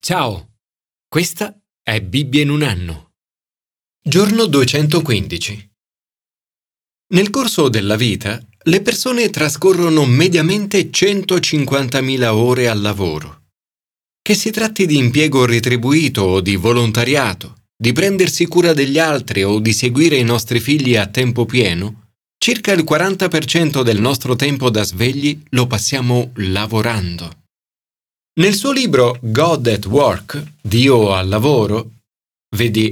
Ciao, questa è Bibbia in un anno. Giorno 215. Nel corso della vita, le persone trascorrono mediamente 150.000 ore al lavoro. Che si tratti di impiego retribuito o di volontariato, di prendersi cura degli altri o di seguire i nostri figli a tempo pieno, circa il 40% del nostro tempo da svegli lo passiamo lavorando. Nel suo libro God at Work, Dio al lavoro, vedi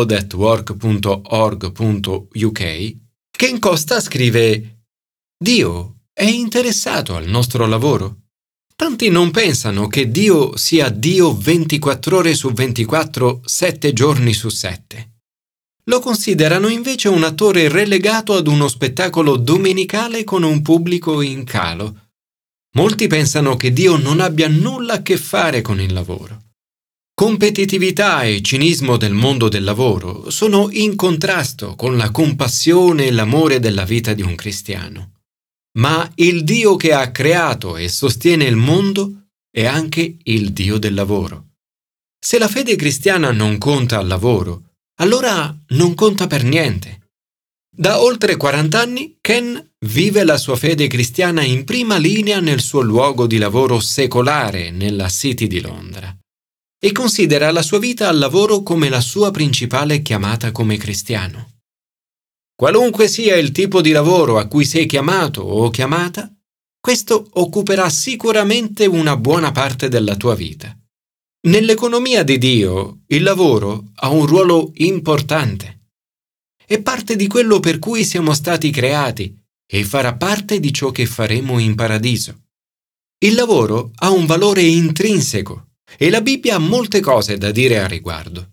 godatwork.org.uk, Ken Costa scrive: Dio è interessato al nostro lavoro? Tanti non pensano che Dio sia Dio 24 ore su 24, 7 giorni su 7. Lo considerano invece un attore relegato ad uno spettacolo domenicale con un pubblico in calo. Molti pensano che Dio non abbia nulla a che fare con il lavoro. Competitività e cinismo del mondo del lavoro sono in contrasto con la compassione e l'amore della vita di un cristiano. Ma il Dio che ha creato e sostiene il mondo è anche il Dio del lavoro. Se la fede cristiana non conta al lavoro, allora non conta per niente. Da oltre 40 anni, Ken vive la sua fede cristiana in prima linea nel suo luogo di lavoro secolare nella City di Londra e considera la sua vita al lavoro come la sua principale chiamata come cristiano. Qualunque sia il tipo di lavoro a cui sei chiamato o chiamata, questo occuperà sicuramente una buona parte della tua vita. Nell'economia di Dio, il lavoro ha un ruolo importante. È parte di quello per cui siamo stati creati e farà parte di ciò che faremo in paradiso. Il lavoro ha un valore intrinseco e la Bibbia ha molte cose da dire a riguardo.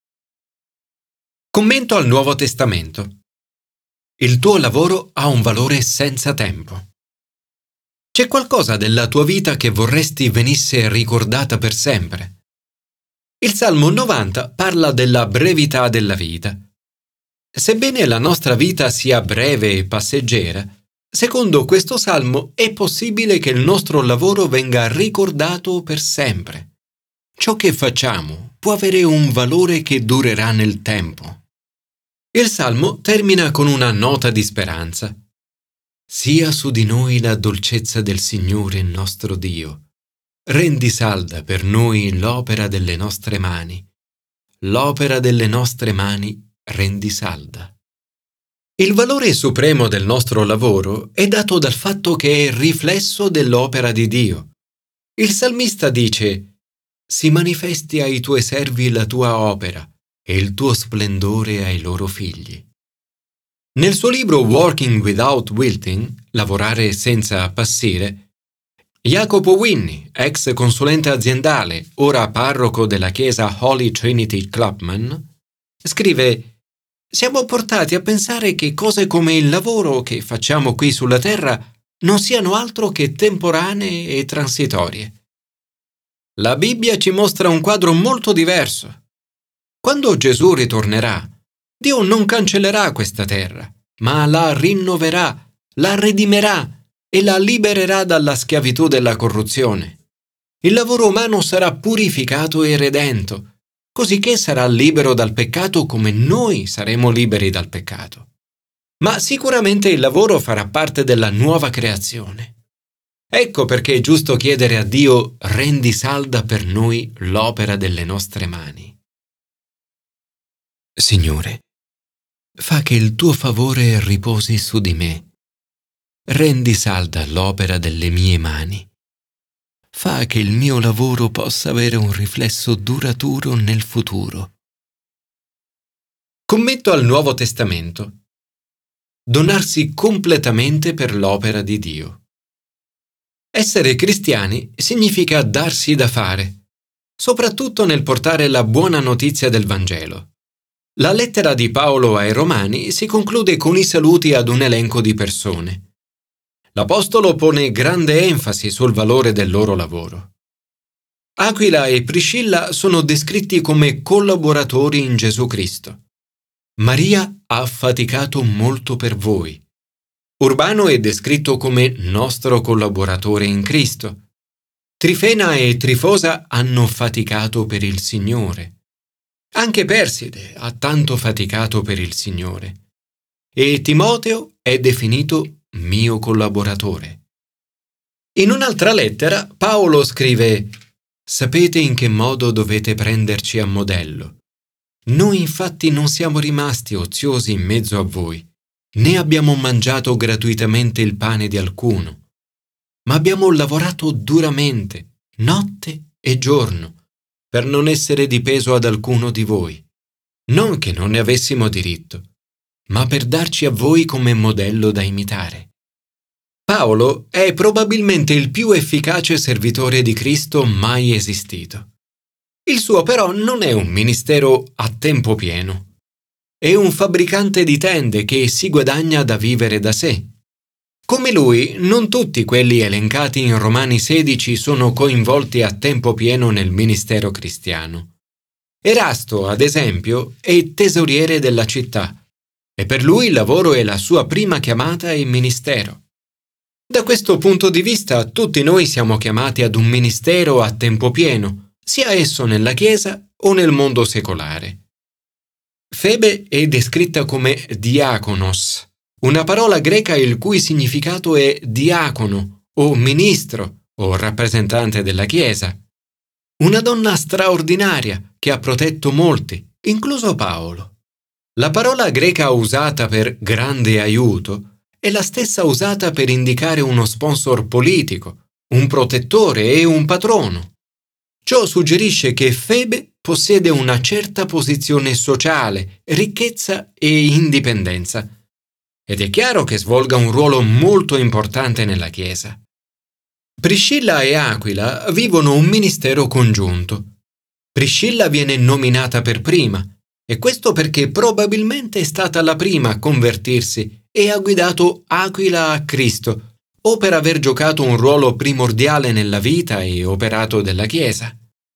Commento al Nuovo Testamento. Il tuo lavoro ha un valore senza tempo. C'è qualcosa della tua vita che vorresti venisse ricordata per sempre? Il Salmo 90 parla della brevità della vita. Sebbene la nostra vita sia breve e passeggera, secondo questo salmo è possibile che il nostro lavoro venga ricordato per sempre. Ciò che facciamo può avere un valore che durerà nel tempo. Il salmo termina con una nota di speranza. Sia su di noi la dolcezza del Signore nostro Dio. Rendi salda per noi l'opera delle nostre mani. L'opera delle nostre mani rendi salda. Il valore supremo del nostro lavoro è dato dal fatto che è riflesso dell'opera di Dio. Il salmista dice: si manifesti ai tuoi servi la tua opera e il tuo splendore ai loro figli. Nel suo libro Working Without Wilting, lavorare senza appassire, Jacopo Winnie, ex consulente aziendale, ora parroco della chiesa Holy Trinity Clubman, scrive: siamo portati a pensare che cose come il lavoro che facciamo qui sulla terra non siano altro che temporanee e transitorie. La Bibbia ci mostra un quadro molto diverso. Quando Gesù ritornerà, Dio non cancellerà questa terra, ma la rinnoverà, la redimerà e la libererà dalla schiavitù della corruzione. Il lavoro umano sarà purificato e redento, cosicché sarà libero dal peccato come noi saremo liberi dal peccato. Ma sicuramente il lavoro farà parte della nuova creazione. Ecco perché è giusto chiedere a Dio: rendi salda per noi l'opera delle nostre mani. Signore, fa che il tuo favore riposi su di me. Rendi salda l'opera delle mie mani. Fa che il mio lavoro possa avere un riflesso duraturo nel futuro. Commento al Nuovo Testamento. Donarsi completamente per l'opera di Dio. Essere cristiani significa darsi da fare, soprattutto nel portare la buona notizia del Vangelo. La lettera di Paolo ai Romani si conclude con i saluti ad un elenco di persone. L'Apostolo pone grande enfasi sul valore del loro lavoro. Aquila e Priscilla sono descritti come collaboratori in Gesù Cristo. Maria ha faticato molto per voi. Urbano è descritto come nostro collaboratore in Cristo. Trifena e Trifosa hanno faticato per il Signore. Anche Perside ha tanto faticato per il Signore. E Timoteo è definito mio collaboratore. In un'altra lettera Paolo scrive: sapete in che modo dovete prenderci a modello. Noi infatti non siamo rimasti oziosi in mezzo a voi, né abbiamo mangiato gratuitamente il pane di alcuno, ma abbiamo lavorato duramente, notte e giorno, per non essere di peso ad alcuno di voi. Non che non ne avessimo diritto, ma per darci a voi come modello da imitare. Paolo è probabilmente il più efficace servitore di Cristo mai esistito. Il suo però non è un ministero a tempo pieno. È un fabbricante di tende che si guadagna da vivere da sé. Come lui, non tutti quelli elencati in Romani 16 sono coinvolti a tempo pieno nel ministero cristiano. Erasto, ad esempio, è tesoriere della città e per lui il lavoro è la sua prima chiamata in ministero. Da questo punto di vista, tutti noi siamo chiamati ad un ministero a tempo pieno, sia esso nella Chiesa o nel mondo secolare. Febe è descritta come diakonos, una parola greca il cui significato è diacono o ministro o rappresentante della Chiesa. Una donna straordinaria che ha protetto molti, incluso Paolo. La parola greca usata per grande aiuto è la stessa usata per indicare uno sponsor politico, un protettore e un patrono. Ciò suggerisce che Febe possiede una certa posizione sociale, ricchezza e indipendenza, ed è chiaro che svolga un ruolo molto importante nella Chiesa. Priscilla e Aquila vivono un ministero congiunto. Priscilla viene nominata per prima, e questo perché probabilmente è stata la prima a convertirsi e ha guidato Aquila a Cristo, o per aver giocato un ruolo primordiale nella vita e operato della Chiesa.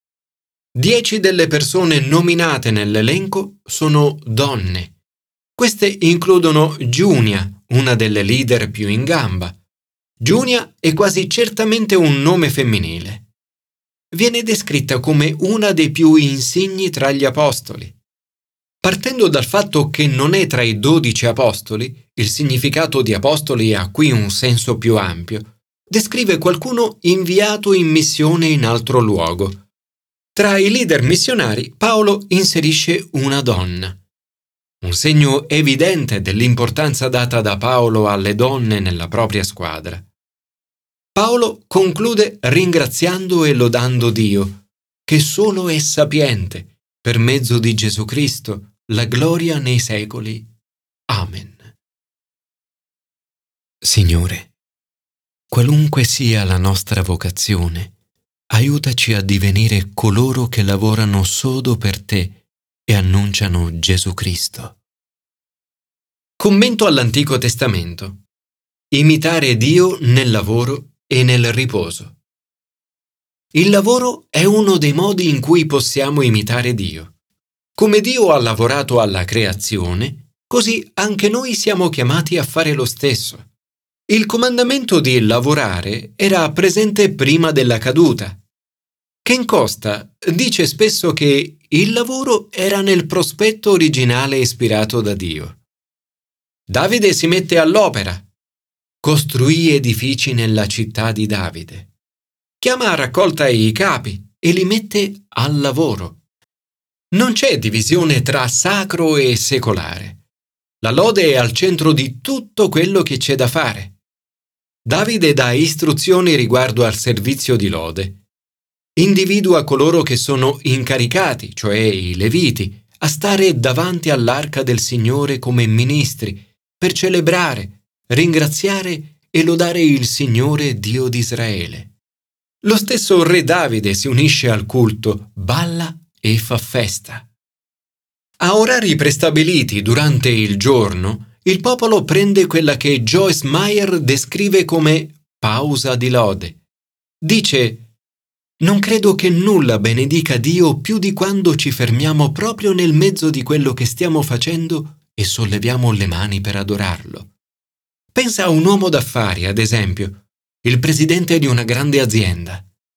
10 delle persone nominate nell'elenco sono donne. Queste includono Giunia, una delle leader più in gamba. Giunia è quasi certamente un nome femminile. Viene descritta come una dei più insigni tra gli apostoli. Partendo dal fatto che non è tra i 12 apostoli, il significato di apostoli ha qui un senso più ampio. Descrive qualcuno inviato in missione in altro luogo. Tra i leader missionari, Paolo inserisce una donna. Un segno evidente dell'importanza data da Paolo alle donne nella propria squadra. Paolo conclude ringraziando e lodando Dio, che solo è sapiente, per mezzo di Gesù Cristo, la gloria nei secoli. Amen. Signore, qualunque sia la nostra vocazione, aiutaci a divenire coloro che lavorano sodo per te e annunciano Gesù Cristo. Commento all'Antico Testamento. Imitare Dio nel lavoro e nel riposo. Il lavoro è uno dei modi in cui possiamo imitare Dio. Come Dio ha lavorato alla creazione, così anche noi siamo chiamati a fare lo stesso. Il comandamento di lavorare era presente prima della caduta. Ken Costa dice spesso che il lavoro era nel prospetto originale ispirato da Dio. Davide si mette all'opera. Costruì edifici nella città di Davide. Chiama a raccolta i capi e li mette al lavoro. Non c'è divisione tra sacro e secolare. La lode è al centro di tutto quello che c'è da fare. Davide dà istruzioni riguardo al servizio di lode. Individua coloro che sono incaricati, cioè i Leviti, a stare davanti all'arca del Signore come ministri, per celebrare, ringraziare e lodare il Signore Dio di Israele. Lo stesso re Davide si unisce al culto, balla e fa festa. A orari prestabiliti durante il giorno, il popolo prende quella che Joyce Meyer descrive come pausa di lode. Dice: non credo che nulla benedica Dio più di quando ci fermiamo proprio nel mezzo di quello che stiamo facendo e solleviamo le mani per adorarlo. Pensa a un uomo d'affari, ad esempio, il presidente di una grande azienda.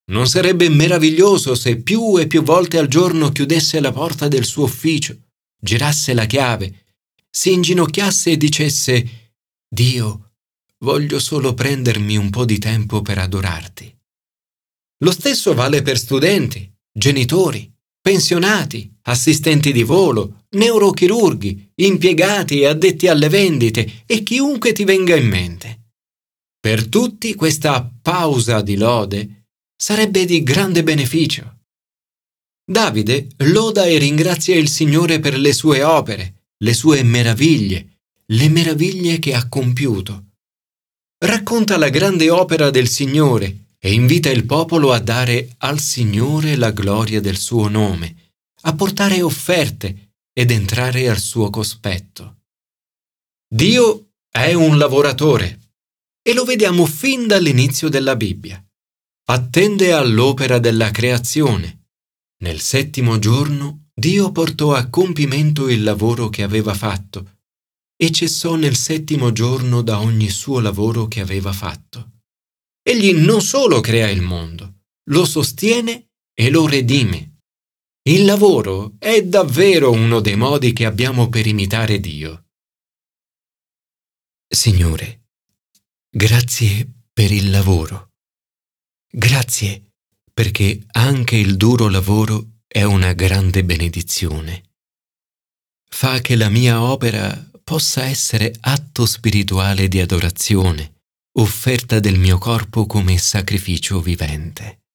Non sarebbe meraviglioso se più e più volte al giorno chiudesse la porta del suo ufficio, girasse la chiave, si inginocchiasse e dicesse: Dio, voglio solo prendermi un po' di tempo per adorarti. Lo stesso vale per studenti, genitori, pensionati, assistenti di volo, neurochirurghi, impiegati e addetti alle vendite e chiunque ti venga in mente. Per tutti questa pausa di lode sarebbe di grande beneficio. Davide loda e ringrazia il Signore per le sue opere, le sue meraviglie, le meraviglie che ha compiuto. Racconta la grande opera del Signore e invita il popolo a dare al Signore la gloria del suo nome, a portare offerte ed entrare al suo cospetto. Dio è un lavoratore e lo vediamo fin dall'inizio della Bibbia. Attende all'opera della creazione. Nel 7° giorno Dio portò a compimento il lavoro che aveva fatto e cessò nel 7° giorno da ogni suo lavoro che aveva fatto. Egli non solo crea il mondo, lo sostiene e lo redime. Il lavoro è davvero uno dei modi che abbiamo per imitare Dio. Signore, grazie per il lavoro. Grazie perché anche il duro lavoro è una grande benedizione. Fa che la mia opera possa essere atto spirituale di adorazione, offerta del mio corpo come sacrificio vivente.